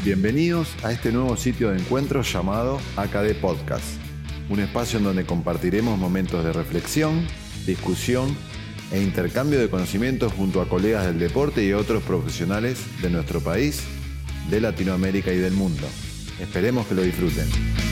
Bienvenidos a este nuevo sitio de encuentro llamado AKD Podcast, un espacio en donde compartiremos momentos de reflexión, discusión e intercambio de conocimientos junto a colegas del deporte y otros profesionales de nuestro país, de Latinoamérica y del mundo. Esperemos que lo disfruten.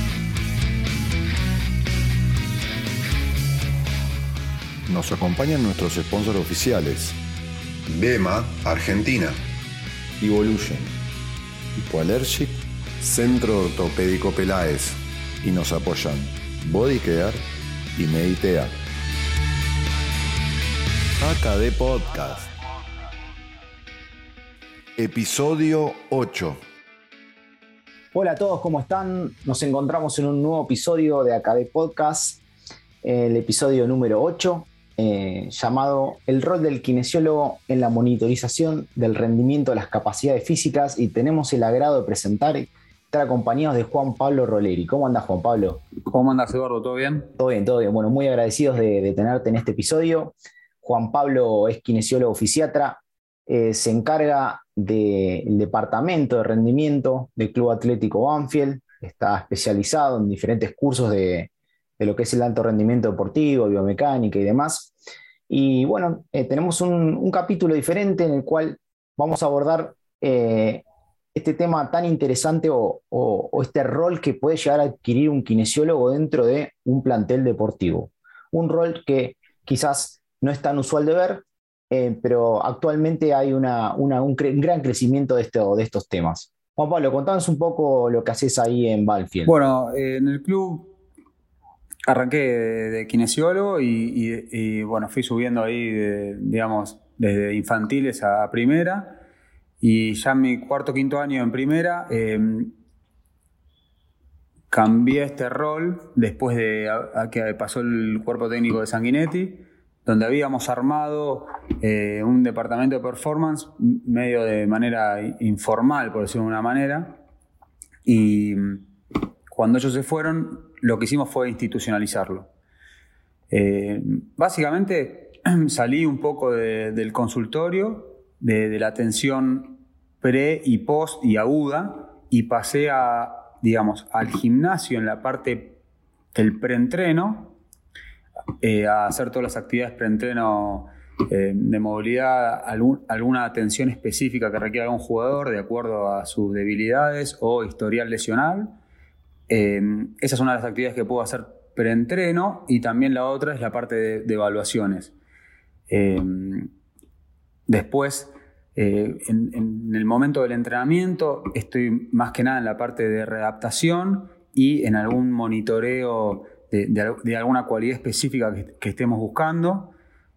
Nos acompañan nuestros sponsors oficiales: BEMA, Argentina. Evolution, Hipoallergic, Centro Ortopédico Peláez. y nos apoyan Body Care y Meditea. AKD Podcast. Episodio 8. Hola a todos, ¿cómo están? Nos encontramos en un nuevo episodio de AKD Podcast, el episodio número 8, llamado El rol del kinesiólogo en la monitorización del rendimiento de las capacidades físicas, y tenemos el agrado de estar acompañados de Juan Pablo Roleri. ¿Cómo andás, Juan Pablo? ¿Cómo andas, Eduardo? ¿Todo bien? Todo bien, todo bien. Bueno, muy agradecidos de tenerte en este episodio. Juan Pablo es kinesiólogo fisiatra, se encarga del departamento de rendimiento del Club Atlético Banfield, está especializado en diferentes cursos de lo que es el alto rendimiento deportivo, biomecánica y demás. Y bueno, tenemos un capítulo diferente en el cual vamos a abordar este tema tan interesante o este rol que puede llegar a adquirir un kinesiólogo dentro de un plantel deportivo. Un rol que quizás no es tan usual de ver, pero actualmente hay un gran crecimiento de estos temas. Juan Pablo, contanos un poco lo que haces ahí en Banfield. Bueno, en el club arranqué de kinesiólogo y bueno, fui subiendo ahí, digamos, desde infantiles a primera, y ya en mi cuarto o quinto año en primera cambié este rol después de que pasó el cuerpo técnico de Sanguinetti, donde habíamos armado un departamento de performance medio de manera informal, por decirlo de una manera, y cuando ellos se fueron, lo que hicimos fue institucionalizarlo. Básicamente salí un poco del consultorio, de la atención pre y post y aguda, y pasé al gimnasio en la parte del preentreno, a hacer todas las actividades preentreno de movilidad, alguna atención específica que requiera algún jugador de acuerdo a sus debilidades o historial lesional. Esa es una de las actividades que puedo hacer preentreno, y también la otra es la parte de evaluaciones. Después, en el momento del entrenamiento, estoy más que nada en la parte de readaptación y en algún monitoreo de alguna cualidad específica que estemos buscando.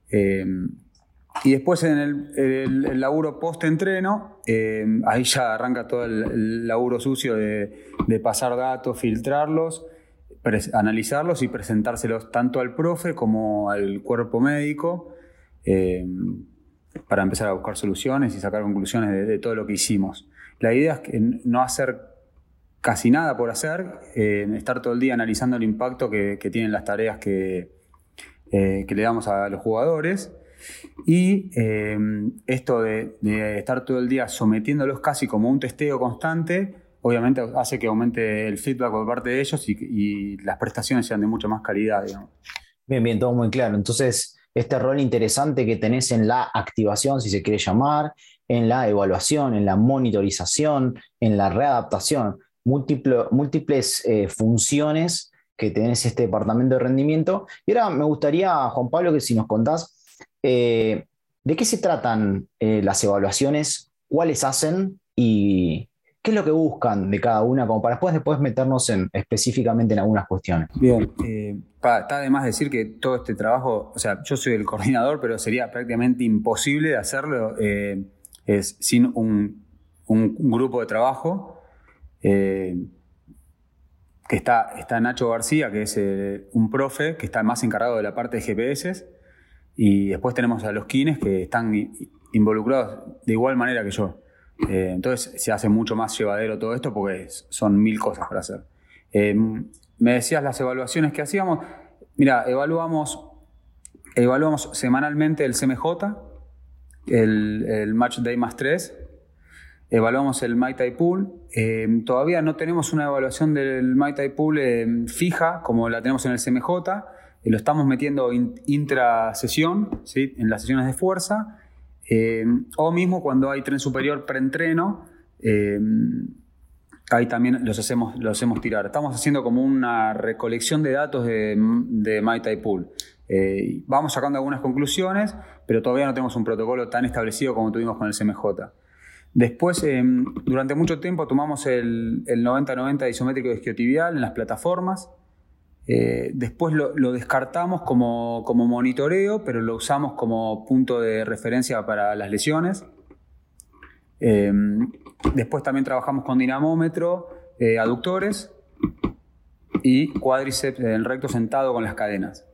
Y después en el laburo post-entreno, ahí ya arranca todo el laburo sucio de pasar datos, filtrarlos, analizarlos y presentárselos tanto al profe como al cuerpo médico, para empezar a buscar soluciones y sacar conclusiones de todo lo que hicimos. La idea es que no hacer casi nada por hacer, estar todo el día analizando el impacto que tienen las tareas que le damos a los jugadores. Y esto de estar todo el día sometiéndolos casi como un testeo constante, obviamente hace que aumente el feedback por parte de ellos y las prestaciones sean de mucha más calidad, digamos. Bien, todo muy claro. Entonces, este rol interesante que tenés en la activación, si se quiere llamar, en la evaluación, en la monitorización, en la readaptación, múltiples funciones que tenés este departamento de rendimiento. Y ahora me gustaría, Juan Pablo, que si nos contás ¿de qué se tratan las evaluaciones? ¿Cuáles hacen? ¿Y qué es lo que buscan de cada una? Como para después meternos específicamente en algunas cuestiones. Bien, está de más decir que todo este trabajo, o sea, yo soy el coordinador, pero sería prácticamente imposible de hacerlo sin un grupo de trabajo. Que está Nacho García, que es un profe que está más encargado de la parte de GPS. Y después tenemos a los kines que están involucrados de igual manera que yo. Entonces se hace mucho más llevadero todo esto porque son 1000 cosas para hacer. Me decías las evaluaciones que hacíamos. Mira, evaluamos semanalmente el CMJ, el Match Day más 3. evaluamos el Muay Thai Pool. Todavía no tenemos una evaluación del Muay Thai Pool fija como la tenemos en el CMJ. Lo estamos metiendo intra-sesión, ¿sí? En las sesiones de fuerza. O mismo cuando hay tren superior preentreno, ahí también los hacemos tirar. Estamos haciendo como una recolección de datos de Muay Thai Pool. Vamos sacando algunas conclusiones, pero todavía no tenemos un protocolo tan establecido como tuvimos con el CMJ. Después, durante mucho tiempo tomamos el 90-90 isométrico isquiotibial en las plataformas. Después lo descartamos como monitoreo, pero lo usamos como punto de referencia para las lesiones. Después también trabajamos con dinamómetro, aductores y cuádriceps en recto sentado con las cadenas.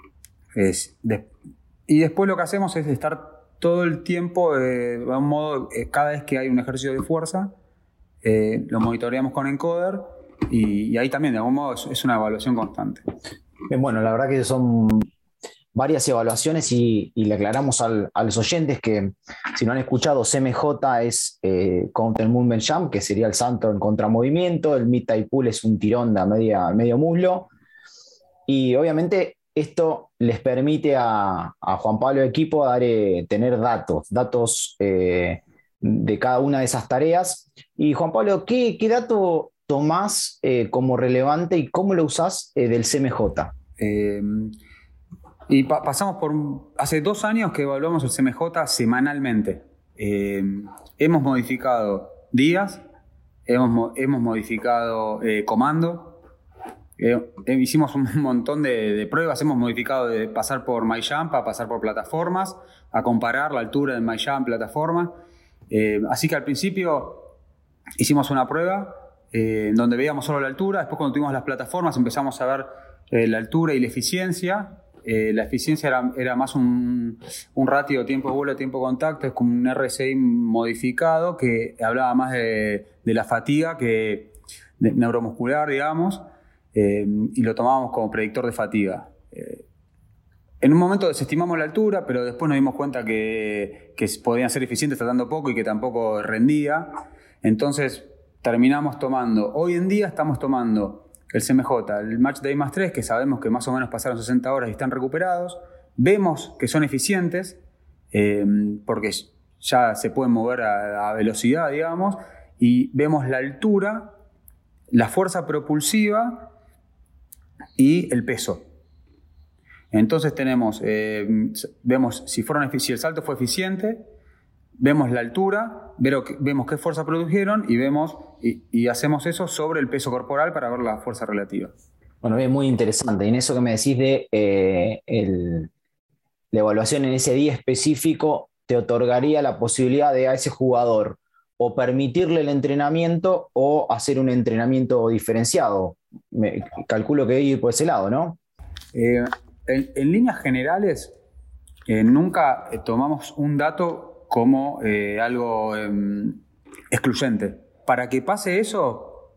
Y después lo que hacemos es estar todo el tiempo, de un modo, cada vez que hay un ejercicio de fuerza, lo monitoreamos con encoder y ahí también de algún modo es una evaluación constante. Bueno, la verdad que son varias evaluaciones y le aclaramos a los oyentes que si no han escuchado, CMJ es Counter Movement Jump, que sería el salto en contramovimiento, el Muay Thai Pool es un tirón de medio muslo, y obviamente esto les permite a Juan Pablo y equipo tener datos de cada una de esas tareas. Y Juan Pablo, ¿qué dato tomás como relevante y cómo lo usás del CMJ? Pasamos hace 2 años que evaluamos el CMJ semanalmente. Hemos modificado días, hemos modificado comando. Hicimos un montón de pruebas, hemos modificado de pasar por MyJump a pasar por plataformas, a comparar la altura de MyJump plataforma. Así que al principio hicimos una prueba donde veíamos solo la altura, después cuando tuvimos las plataformas empezamos a ver la altura y la eficiencia. La eficiencia era más un ratio tiempo de vuelo, tiempo de contacto, es como un RSI modificado que hablaba más de la fatiga que neuromuscular, digamos. Y lo tomábamos como predictor de fatiga. En un momento desestimamos la altura, pero después nos dimos cuenta que podían ser eficientes tratando poco y que tampoco rendía. Entonces terminamos tomando, hoy en día estamos tomando el CMJ, el Match Day más 3, que sabemos que más o menos pasaron 60 horas y están recuperados. Vemos que son eficientes, porque ya se pueden mover a velocidad, digamos, y vemos la altura, la fuerza propulsiva y el peso. Entonces vemos si el salto fue eficiente, vemos la altura, vemos qué fuerza produjeron y hacemos eso sobre el peso corporal para ver la fuerza relativa. Bueno, es muy interesante. Y en eso que me decís de la evaluación en ese día específico, te otorgaría la posibilidad de a ese jugador o permitirle el entrenamiento o hacer un entrenamiento diferenciado. Calculo que ir por ese lado, ¿no? En líneas generales, nunca tomamos un dato como algo excluyente. Para que pase eso,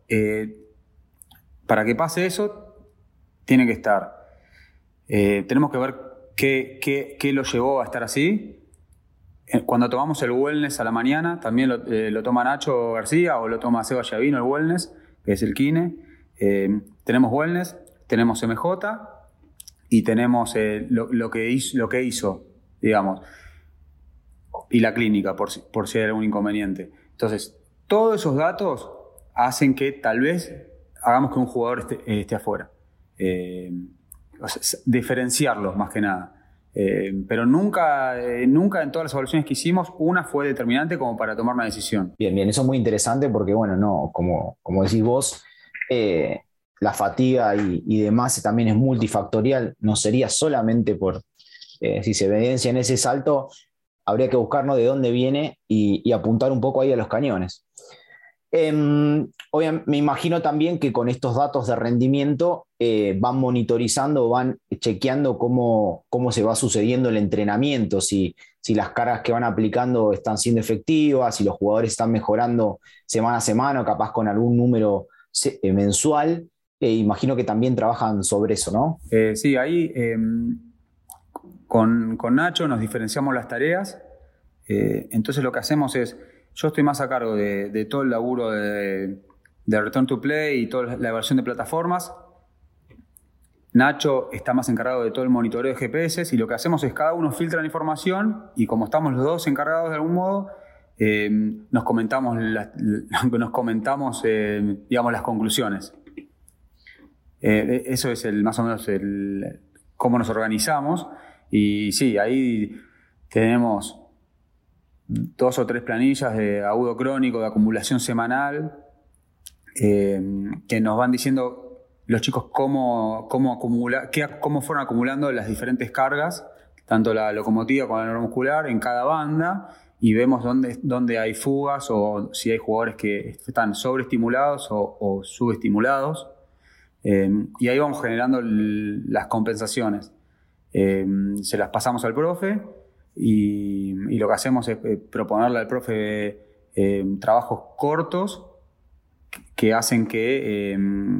tiene que estar. Tenemos que ver qué lo llevó a estar así. Cuando tomamos el wellness a la mañana, también lo toma Nacho García o lo toma Seba Llavino, el wellness, que es el kine. Tenemos wellness, tenemos MJ y tenemos lo que hizo, digamos, y la clínica, por si hay algún inconveniente. Entonces, todos esos datos hacen que tal vez hagamos que un jugador esté afuera. O sea, diferenciarlos más que nada. Pero nunca en todas las evaluaciones que hicimos, una fue determinante como para tomar una decisión. Bien, eso es muy interesante porque, bueno, no, como decís vos, la fatiga y demás también es multifactorial, no sería solamente por, si se evidencia en ese salto, habría que buscarnos de dónde viene y apuntar un poco ahí a los cañones. Obviamente, me imagino también que con estos datos de rendimiento van monitorizando, van chequeando cómo se va sucediendo el entrenamiento, si las cargas que van aplicando están siendo efectivas, si los jugadores están mejorando semana a semana, o capaz con algún número mensual. Imagino que también trabajan sobre eso, ¿no? Sí, ahí con Nacho nos diferenciamos las tareas. Entonces lo que hacemos es yo estoy más a cargo de todo el laburo de Return to Play y toda la evaluación de plataformas. Nacho está más encargado de todo el monitoreo de GPS y lo que hacemos es cada uno filtra la información y como estamos los dos encargados de algún modo, nos comentamos, digamos, las conclusiones. Eso es más o menos cómo nos organizamos. Y sí, ahí tenemos 2 o 3 planillas de agudo crónico, de acumulación semanal, que nos van diciendo los chicos cómo fueron acumulando las diferentes cargas, tanto la locomotiva como la neuromuscular, en cada banda, y vemos dónde hay fugas o si hay jugadores que están sobreestimulados o subestimulados. Y ahí vamos generando las compensaciones. Se las pasamos al profe y lo que hacemos es proponerle al profe trabajos cortos que hacen que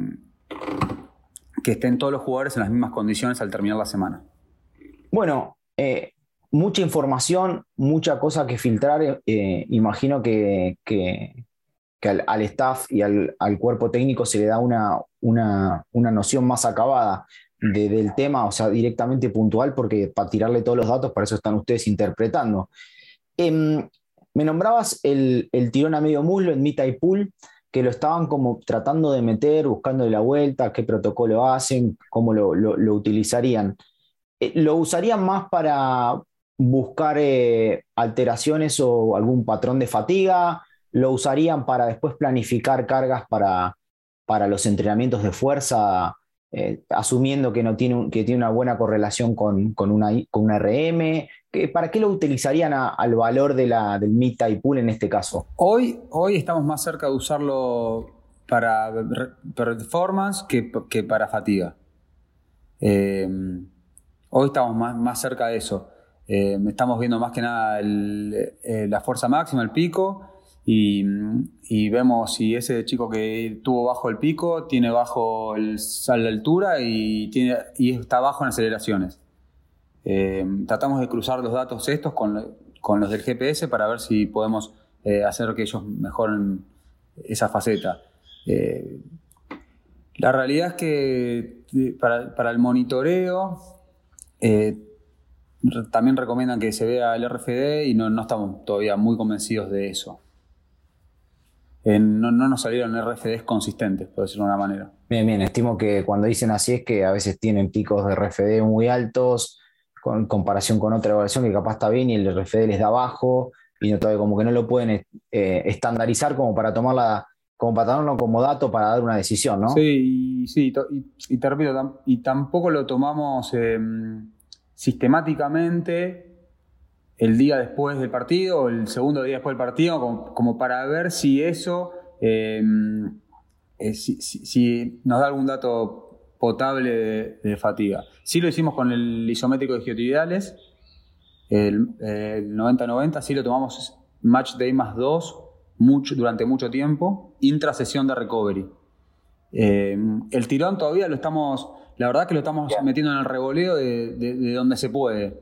estén todos los jugadores en las mismas condiciones al terminar la semana. Bueno, mucha información, mucha cosa que filtrar. Imagino que al staff y al cuerpo técnico se le da una noción más acabada del tema, o sea, directamente puntual, porque para tirarle todos los datos, para eso están ustedes interpretando. Me nombrabas el tirón a medio muslo en mitad y pull, que lo estaban como tratando de meter, buscándole la vuelta, qué protocolo hacen, cómo lo utilizarían. ¿Lo usarían más para buscar alteraciones o algún patrón de fatiga? ¿Lo usarían para después planificar cargas para los entrenamientos de fuerza, asumiendo que tiene una buena correlación con una RM? ¿Para qué lo utilizarían al valor del mid y pull en este caso? Hoy estamos más cerca de usarlo para performance que para fatiga. Hoy estamos más cerca de eso. Estamos viendo más que nada la fuerza máxima, el pico, y vemos si ese chico que tuvo bajo el pico tiene bajo la altura y está bajo en aceleraciones. Tratamos de cruzar los datos estos con los del GPS para ver si podemos hacer que ellos mejoren esa faceta. La realidad es que para el monitoreo también recomiendan que se vea el RFD y no estamos todavía muy convencidos de eso. No nos salieron RFDs consistentes, por decirlo de una manera. Bien, estimo que cuando dicen así es que a veces tienen picos de RFD muy altos en comparación con otra evaluación que capaz está bien y el RFD les da bajo y todavía como que no lo pueden estandarizar como para tomarlo como dato para dar una decisión, ¿no? Sí, y te repito, y tampoco lo tomamos sistemáticamente el día después del partido o el segundo día después del partido como para ver si eso si nos da algún dato potable de fatiga. Sí lo hicimos con el isométrico de isquiotibiales, el 90-90, sí lo tomamos match day más 2 durante mucho tiempo, intrasesión de recovery. El tirón todavía la verdad que lo estamos metiendo en el revoleo de donde se puede.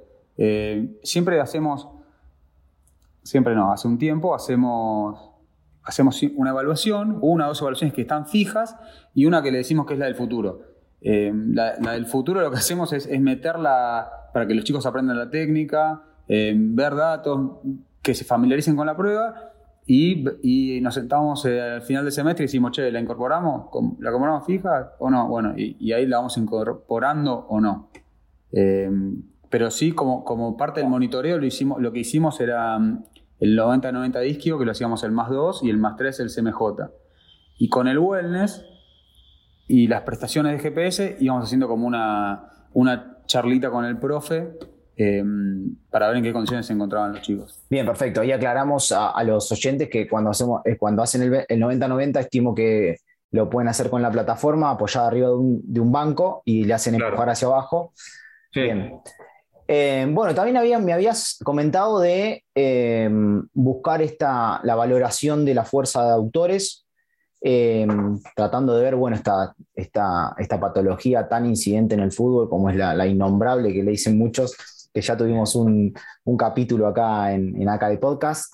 Hace un tiempo hacemos una evaluación, una o 2 evaluaciones que están fijas y una que le decimos que es la del futuro. La del futuro lo que hacemos es meterla para que los chicos aprendan la técnica, ver datos, que se familiaricen con la prueba y nos sentamos al final del semestre y decimos, ¿la incorporamos? ¿La incorporamos fija o no? Bueno, y ahí la vamos incorporando o no. Pero sí, como parte del monitoreo lo que hicimos era el 90-90 de isquio, que lo hacíamos el más 2 y el más 3 el CMJ. Y con el wellness y las prestaciones de GPS íbamos haciendo como una charlita con el profe para ver en qué condiciones se encontraban los chicos. Bien, perfecto. Ahí aclaramos a los oyentes que cuando hacen el 90-90 estimo que lo pueden hacer con la plataforma apoyada arriba de un banco y le hacen empujar hacia abajo. Sí. Bien. Bueno, también me habías comentado de buscar la valoración de la fuerza de aductores, tratando de ver esta patología tan incidente en el fútbol como es la innombrable que le dicen muchos, que ya tuvimos un capítulo acá en ACADE Podcast.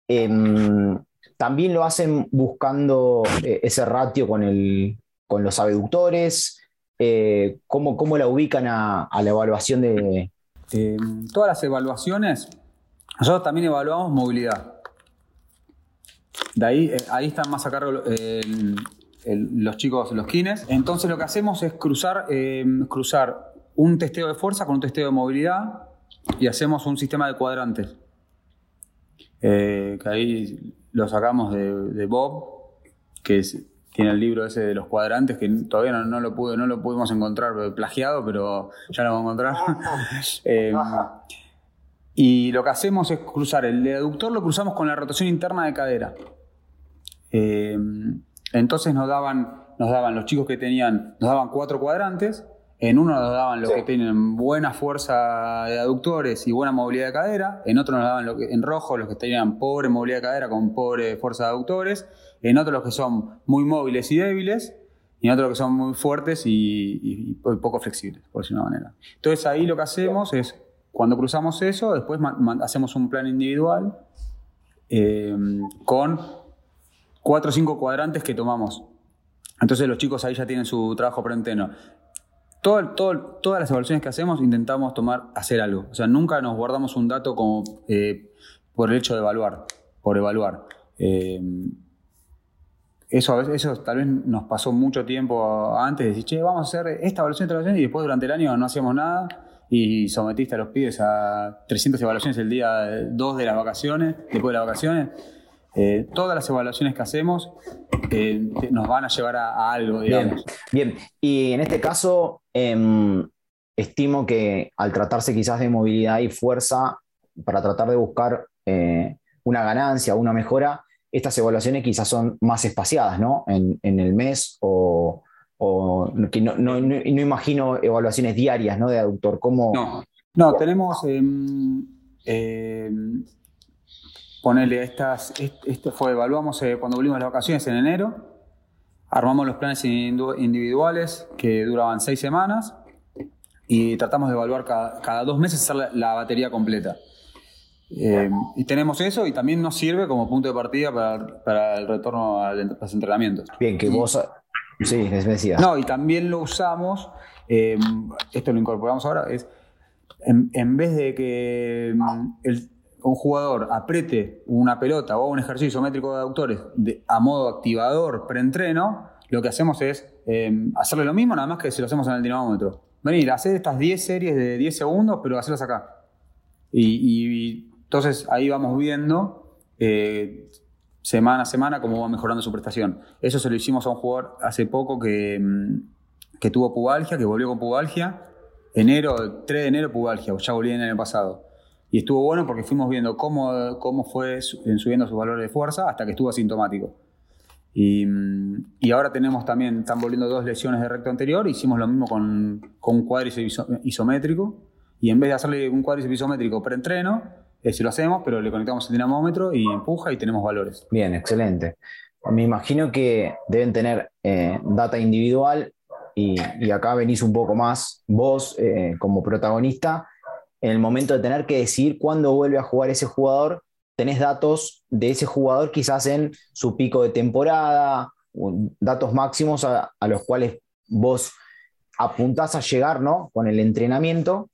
También lo hacen buscando ese ratio con los abductores. ¿Cómo la ubican a la evaluación de...? Todas las evaluaciones, nosotros también evaluamos movilidad. De ahí están más a cargo los chicos, los kines. Entonces lo que hacemos es cruzar un testeo de fuerza con un testeo de movilidad y hacemos un sistema de cuadrantes. Que ahí lo sacamos de Bob, que tiene el libro ese de los cuadrantes, que todavía no lo pudimos encontrar plagiado, pero ya lo vamos a encontrar. Y lo que hacemos es cruzar el aductor, lo cruzamos con la rotación interna de cadera. Entonces nos daban los chicos que nos daban 4 cuadrantes. En uno nos daban los que tienen buena fuerza de aductores y buena movilidad de cadera. En otro nos daban en rojo los que tenían pobre movilidad de cadera con pobre fuerza de aductores. En otro los que son muy móviles y débiles. Y en otro los que son muy fuertes y poco flexibles, por decirlo de una manera. Entonces ahí lo que hacemos es, cuando cruzamos eso, después hacemos un plan individual con 4 o 5 cuadrantes que tomamos. Entonces los chicos ahí ya tienen su trabajo preentreno. Todas las evaluaciones que hacemos intentamos hacer algo. O sea, nunca nos guardamos un dato como por el hecho de evaluar, por evaluar. Eso tal vez nos pasó mucho tiempo antes de decir, che, vamos a hacer esta evaluación, y después durante el año no hacíamos nada y sometiste a los pibes a 300 evaluaciones el día 2 de las vacaciones, después de las vacaciones. Todas las evaluaciones que hacemos nos van a llevar a algo, digamos. Bien. Y en este caso, estimo que al tratarse quizás de movilidad y fuerza, para tratar de buscar una ganancia o una mejora, estas evaluaciones quizás son más espaciadas, ¿no? En el mes o que no imagino evaluaciones diarias, ¿no? De aductor. ¿Cómo? No, tenemos... Ponele evaluamos cuando volvimos de las vacaciones en enero, armamos los planes individuales que duraban 6 semanas y tratamos de evaluar cada 2 meses hacer la batería completa. Y tenemos eso y también nos sirve como punto de partida para el retorno a los entrenamientos. Bien, que vos... Sí, les decía. No, y también lo usamos, esto lo incorporamos ahora, es en vez de que un jugador apriete una pelota o un ejercicio isométrico de aductores a modo activador preentreno, lo que hacemos es hacerle lo mismo, nada más que si lo hacemos en el dinamómetro. Venir, hacer estas 10 series de 10 segundos, pero hacerlas acá. Y entonces ahí vamos viendo semana a semana cómo va mejorando su prestación. Eso se lo hicimos a un jugador hace poco que tuvo pubalgia, que volvió con pubalgia. 3 de enero pubalgia, ya volví en el año pasado. Y estuvo bueno porque fuimos viendo cómo fue subiendo sus valores de fuerza hasta que estuvo asintomático. Y ahora están volviendo 2 lesiones de recto anterior. Hicimos lo mismo con un cuádriceps isométrico. Y en vez de hacerle un cuádriceps isométrico preentreno, si lo hacemos, pero le conectamos el dinamómetro y empuja y tenemos valores. Bien, excelente. Me imagino que deben tener data individual y acá venís un poco más vos como protagonista. En el momento de tener que decidir cuándo vuelve a jugar ese jugador, tenés datos de ese jugador quizás en su pico de temporada, datos máximos a los cuales vos apuntás a llegar, ¿no? Con el entrenamiento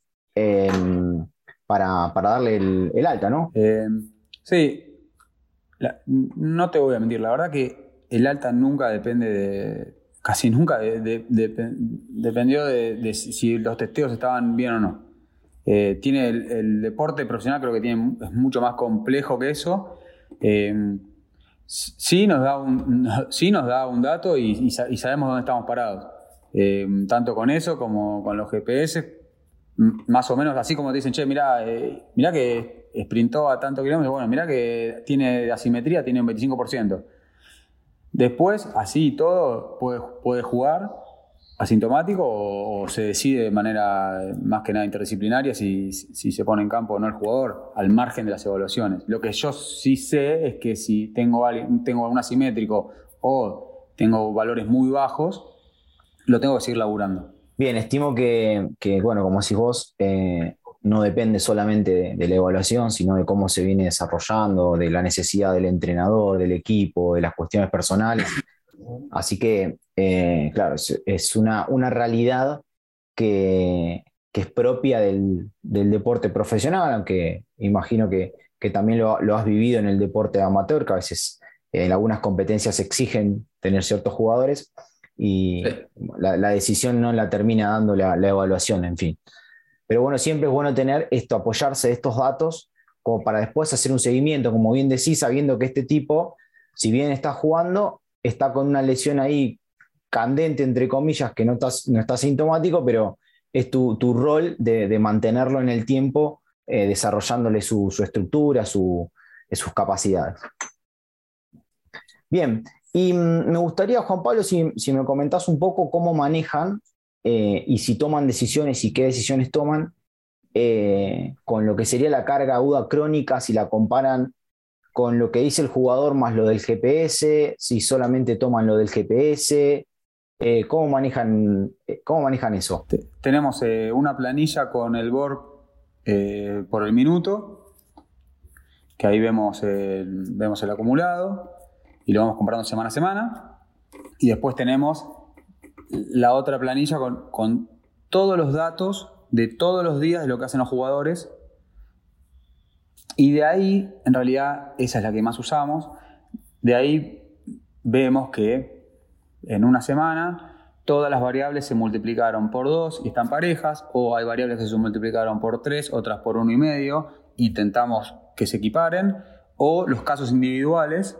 para darle el alta, ¿no? Sí, no te voy a mentir, la verdad que el alta nunca depende casi nunca dependió de si los testeos estaban bien o no. Tiene el deporte profesional, creo que es mucho más complejo que eso. Sí nos da un dato y sabemos dónde estamos parados. Tanto con eso como con los GPS, más o menos así como te dicen, che, mirá que sprintó a tantos kilómetros, bueno, mirá que tiene asimetría, tiene un 25%. Después, así y todo, puede jugar asintomático o se decide de manera más que nada interdisciplinaria si se pone en campo o no el jugador, al margen de las evaluaciones. Lo que yo sí sé es que si tengo un asimétrico o tengo valores muy bajos, lo tengo que seguir laburando. Bien, estimo que bueno, como decís vos, no depende solamente de la evaluación, sino de cómo se viene desarrollando, de la necesidad del entrenador, del equipo, de las cuestiones personales. Así que, claro, es una realidad que es propia del deporte profesional, aunque imagino que también lo has vivido en el deporte amateur, que a veces en algunas competencias exigen tener ciertos jugadores y Sí. la decisión no la termina dando la evaluación, en fin. Pero bueno, siempre es bueno tener esto, apoyarse de estos datos como para después hacer un seguimiento, como bien decís, sabiendo que este tipo, si bien está jugando, está con una lesión ahí candente, entre comillas, que no está sintomático, pero es tu rol de mantenerlo en el tiempo, desarrollándole su estructura, sus capacidades. Bien, y me gustaría, Juan Pablo, si me comentás un poco cómo manejan y si toman decisiones y qué decisiones toman con lo que sería la carga aguda crónica, si la comparan con lo que dice el jugador más lo del GPS, si solamente toman lo del GPS, ¿cómo manejan eso? Tenemos una planilla con el BOR por el minuto, que ahí vemos el acumulado y lo vamos comprando semana a semana. Y después tenemos la otra planilla con todos los datos de todos los días de lo que hacen los jugadores. Y de ahí, en realidad, esa es la que más usamos. De ahí vemos que en una semana todas las variables se multiplicaron por 2 y están parejas, o hay variables que se multiplicaron por 3, otras por 1,5, intentamos que se equiparen, o los casos individuales,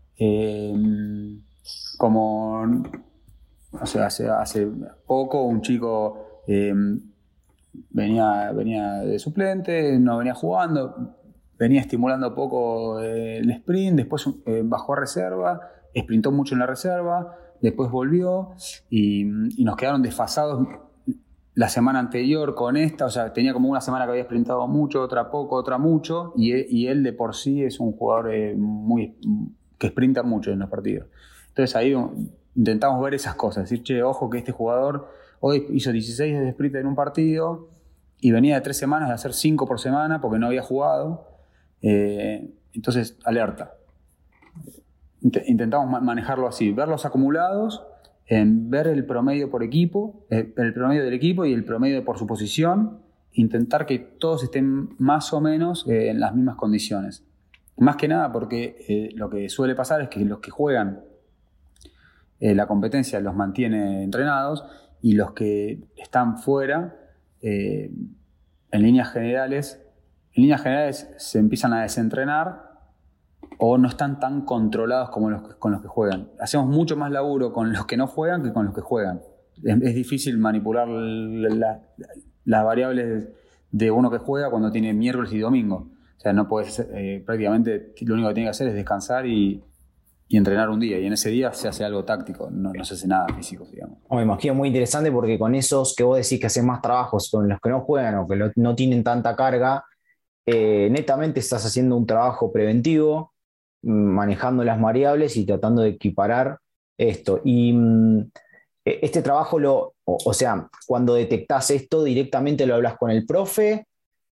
como o sea, hace poco un chico venía de suplente, no venía jugando, venía estimulando poco el sprint, después bajó a reserva, sprintó mucho en la reserva, después volvió y nos quedaron desfasados la semana anterior con esta, o sea, tenía como una semana que había sprintado mucho, otra poco, otra mucho, y él de por sí es un jugador que sprinta mucho en los partidos. Entonces ahí intentamos ver esas cosas, decir, che, ojo que este jugador hoy hizo 16 de sprint en un partido y venía de 3 semanas de hacer 5 por semana porque no había jugado. Entonces, alerta. Intentamos manejarlo así, ver los acumulados, ver el promedio por equipo, el promedio del equipo y el promedio por su posición, intentar que todos estén más o menos en las mismas condiciones. Más que nada porque lo que suele pasar es que los que juegan la competencia los mantiene entrenados y los que están fuera, en líneas generales se empiezan a desentrenar o no están tan controlados como con los que juegan. Hacemos mucho más laburo con los que no juegan que con los que juegan. Es difícil manipular las variables de uno que juega cuando tiene miércoles y domingo. O sea, no puedes, prácticamente lo único que tiene que hacer es descansar y entrenar un día. Y en ese día se hace algo táctico, no se hace nada físico, digamos. Me imagino muy interesante porque con esos que vos decís que hacen más trabajos, con los que no juegan o que no tienen tanta carga, netamente estás haciendo un trabajo preventivo, manejando las variables y tratando de equiparar esto. Y este trabajo, o sea, cuando detectás esto, directamente lo hablas con el profe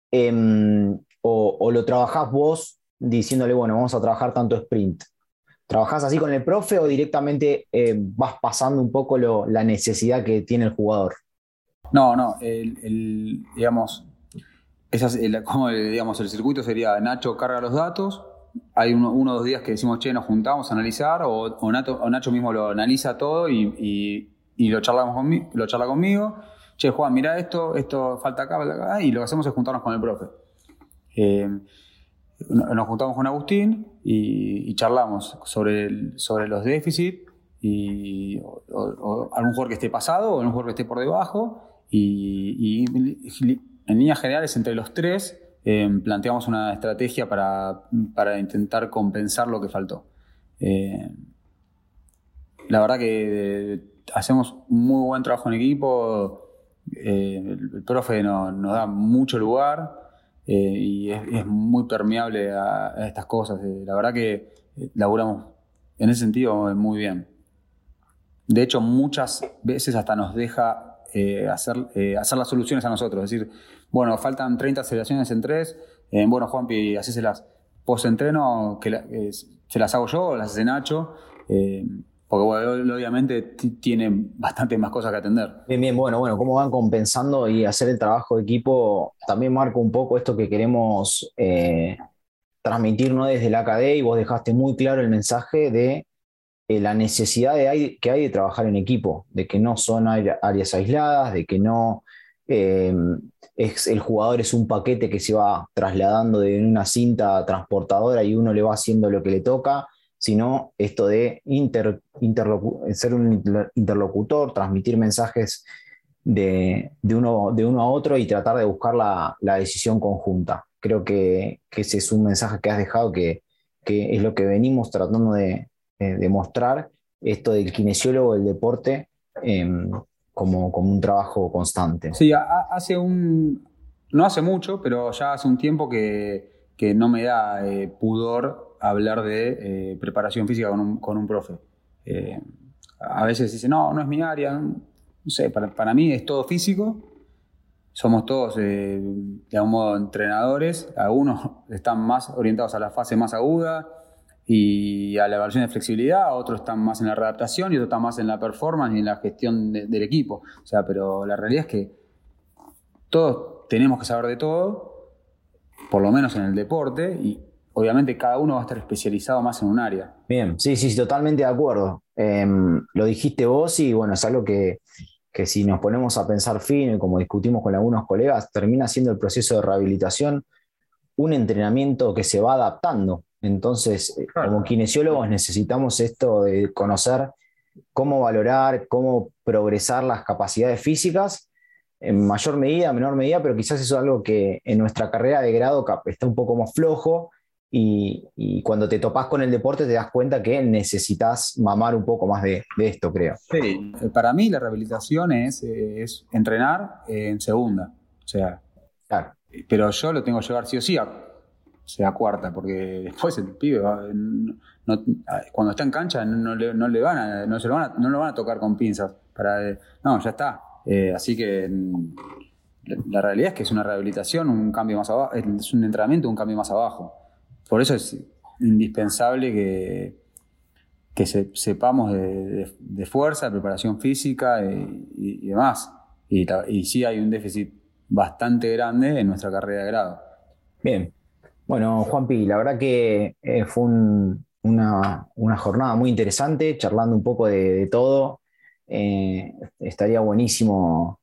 o lo trabajás vos diciéndole, bueno, vamos a trabajar tanto sprint. ¿Trabajás así con el profe o directamente vas pasando un poco la necesidad que tiene el jugador? No, digamos, digamos, el circuito sería Nacho carga los datos, hay uno o 2 días que decimos, che, nos juntamos a analizar, o Nacho mismo lo analiza todo y lo charla conmigo, che, Juan, mira esto falta acá, y lo que hacemos es juntarnos con el profe. Nos juntamos con Agustín y charlamos sobre los déficits y o algún jugador que esté pasado o algún jugador que esté por debajo y en líneas generales entre los 3 planteamos una estrategia para intentar compensar lo que faltó. La verdad que hacemos un muy buen trabajo en equipo, el profe nos da mucho lugar. Y es muy permeable a estas cosas. La verdad que laburamos en ese sentido muy bien. De hecho, muchas veces hasta nos deja hacer las soluciones a nosotros. Es decir, bueno, faltan 30 aceleraciones en 3, bueno, Juanpi, hacéselas post-entreno, se las hago yo, las hace Nacho, porque bueno, obviamente tiene bastante más cosas que atender. Bien, bueno, cómo van compensando y hacer el trabajo de equipo también marca un poco esto que queremos transmitir, ¿no? Desde la AKD, y vos dejaste muy claro el mensaje de la necesidad que hay de trabajar en equipo, de que no son áreas aisladas, de que no el jugador es un paquete que se va trasladando de una cinta transportadora y uno le va haciendo lo que le toca, sino esto de ser un interlocutor, transmitir mensajes de uno a otro y tratar de buscar la decisión conjunta. Creo que ese es un mensaje que has dejado que es lo que venimos tratando de mostrar, esto del kinesiólogo del deporte como un trabajo constante. Sí, no hace mucho, pero ya hace un tiempo que no me da pudor hablar de preparación física con un profe. A veces dice, no es mi área, no sé, para mí es todo físico. Somos todos, de algún modo, entrenadores. Algunos están más orientados a la fase más aguda y a la evaluación de flexibilidad, otros están más en la readaptación y otros están más en la performance y en la gestión del equipo. O sea, pero la realidad es que todos tenemos que saber de todo, por lo menos en el deporte, y obviamente cada uno va a estar especializado más en un área. Bien, sí, totalmente de acuerdo. Lo dijiste vos y bueno, es algo que si nos ponemos a pensar fino y como discutimos con algunos colegas, termina siendo el proceso de rehabilitación un entrenamiento que se va adaptando. Entonces, como kinesiólogos necesitamos esto de conocer cómo valorar, cómo progresar las capacidades físicas, en mayor medida, menor medida, pero quizás eso es algo que en nuestra carrera de grado está un poco más flojo y cuando te topás con el deporte te das cuenta que necesitas mamar un poco más de esto, creo. Sí, para mí la rehabilitación es entrenar en segunda, o sea, claro. Pero yo lo tengo que llevar sí o sí a cuarta, porque después el pibe cuando está en cancha no lo van a tocar con pinzas. No, ya está. Así que la realidad es que es una rehabilitación, un cambio más abajo, es un entrenamiento, un cambio más abajo. Por eso es indispensable que sepamos de fuerza, de preparación física y demás. Y sí hay un déficit bastante grande en nuestra carrera de grado. Bien. Bueno, Juanpi, la verdad que fue una jornada muy interesante, charlando un poco de todo. Estaría buenísimo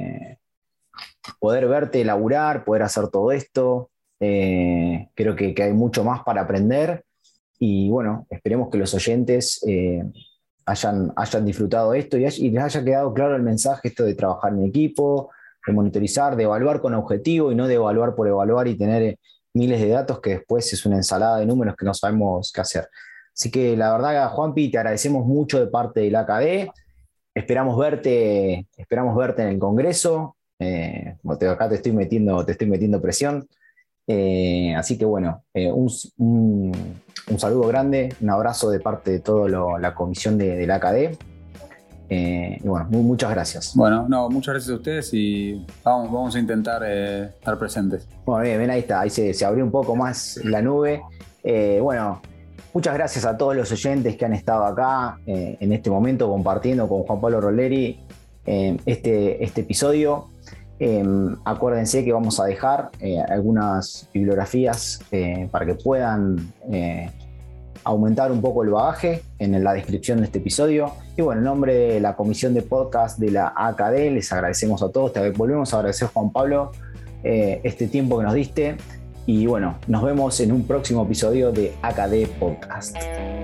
poder verte laburar, poder hacer todo esto. Creo que hay mucho más para aprender y bueno, esperemos que los oyentes hayan disfrutado esto y les haya quedado claro el mensaje, esto de trabajar en equipo, de monitorizar, de evaluar con objetivo y no de evaluar por evaluar y tener miles de datos que después es una ensalada de números que no sabemos qué hacer. Así que la verdad, Juanpi, te agradecemos mucho de parte de la AKD. Esperamos verte en el Congreso. Acá te estoy metiendo presión. Así que bueno, un saludo grande, un abrazo de parte de toda la comisión de la AKD. Y bueno, muchas gracias. Bueno, muchas gracias a ustedes y vamos a intentar estar presentes. Bueno, bien, ahí está, ahí se abrió un poco más la nube. Bueno, muchas gracias a todos los oyentes que han estado acá en este momento compartiendo con Juan Pablo Roleri este episodio. Acuérdense que vamos a dejar algunas bibliografías para que puedan aumentar un poco el bagaje en la descripción de este episodio. Y bueno, en nombre de la comisión de podcast de la AKD, les agradecemos a todos. Te volvemos a agradecer, Juan Pablo, este tiempo que nos diste. Y bueno, nos vemos en un próximo episodio de AKD Podcast.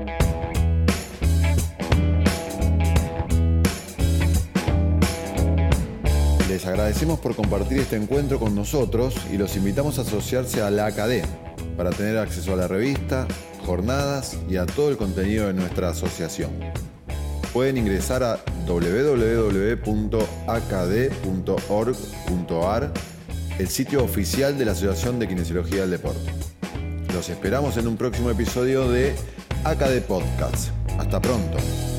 Les agradecemos por compartir este encuentro con nosotros y los invitamos a asociarse a la AKD para tener acceso a la revista, jornadas y a todo el contenido de nuestra asociación. Pueden ingresar a www.akd.org.ar, el sitio oficial de la Asociación de Kinesiología del Deporte. Los esperamos en un próximo episodio de AKD Podcast. Hasta pronto.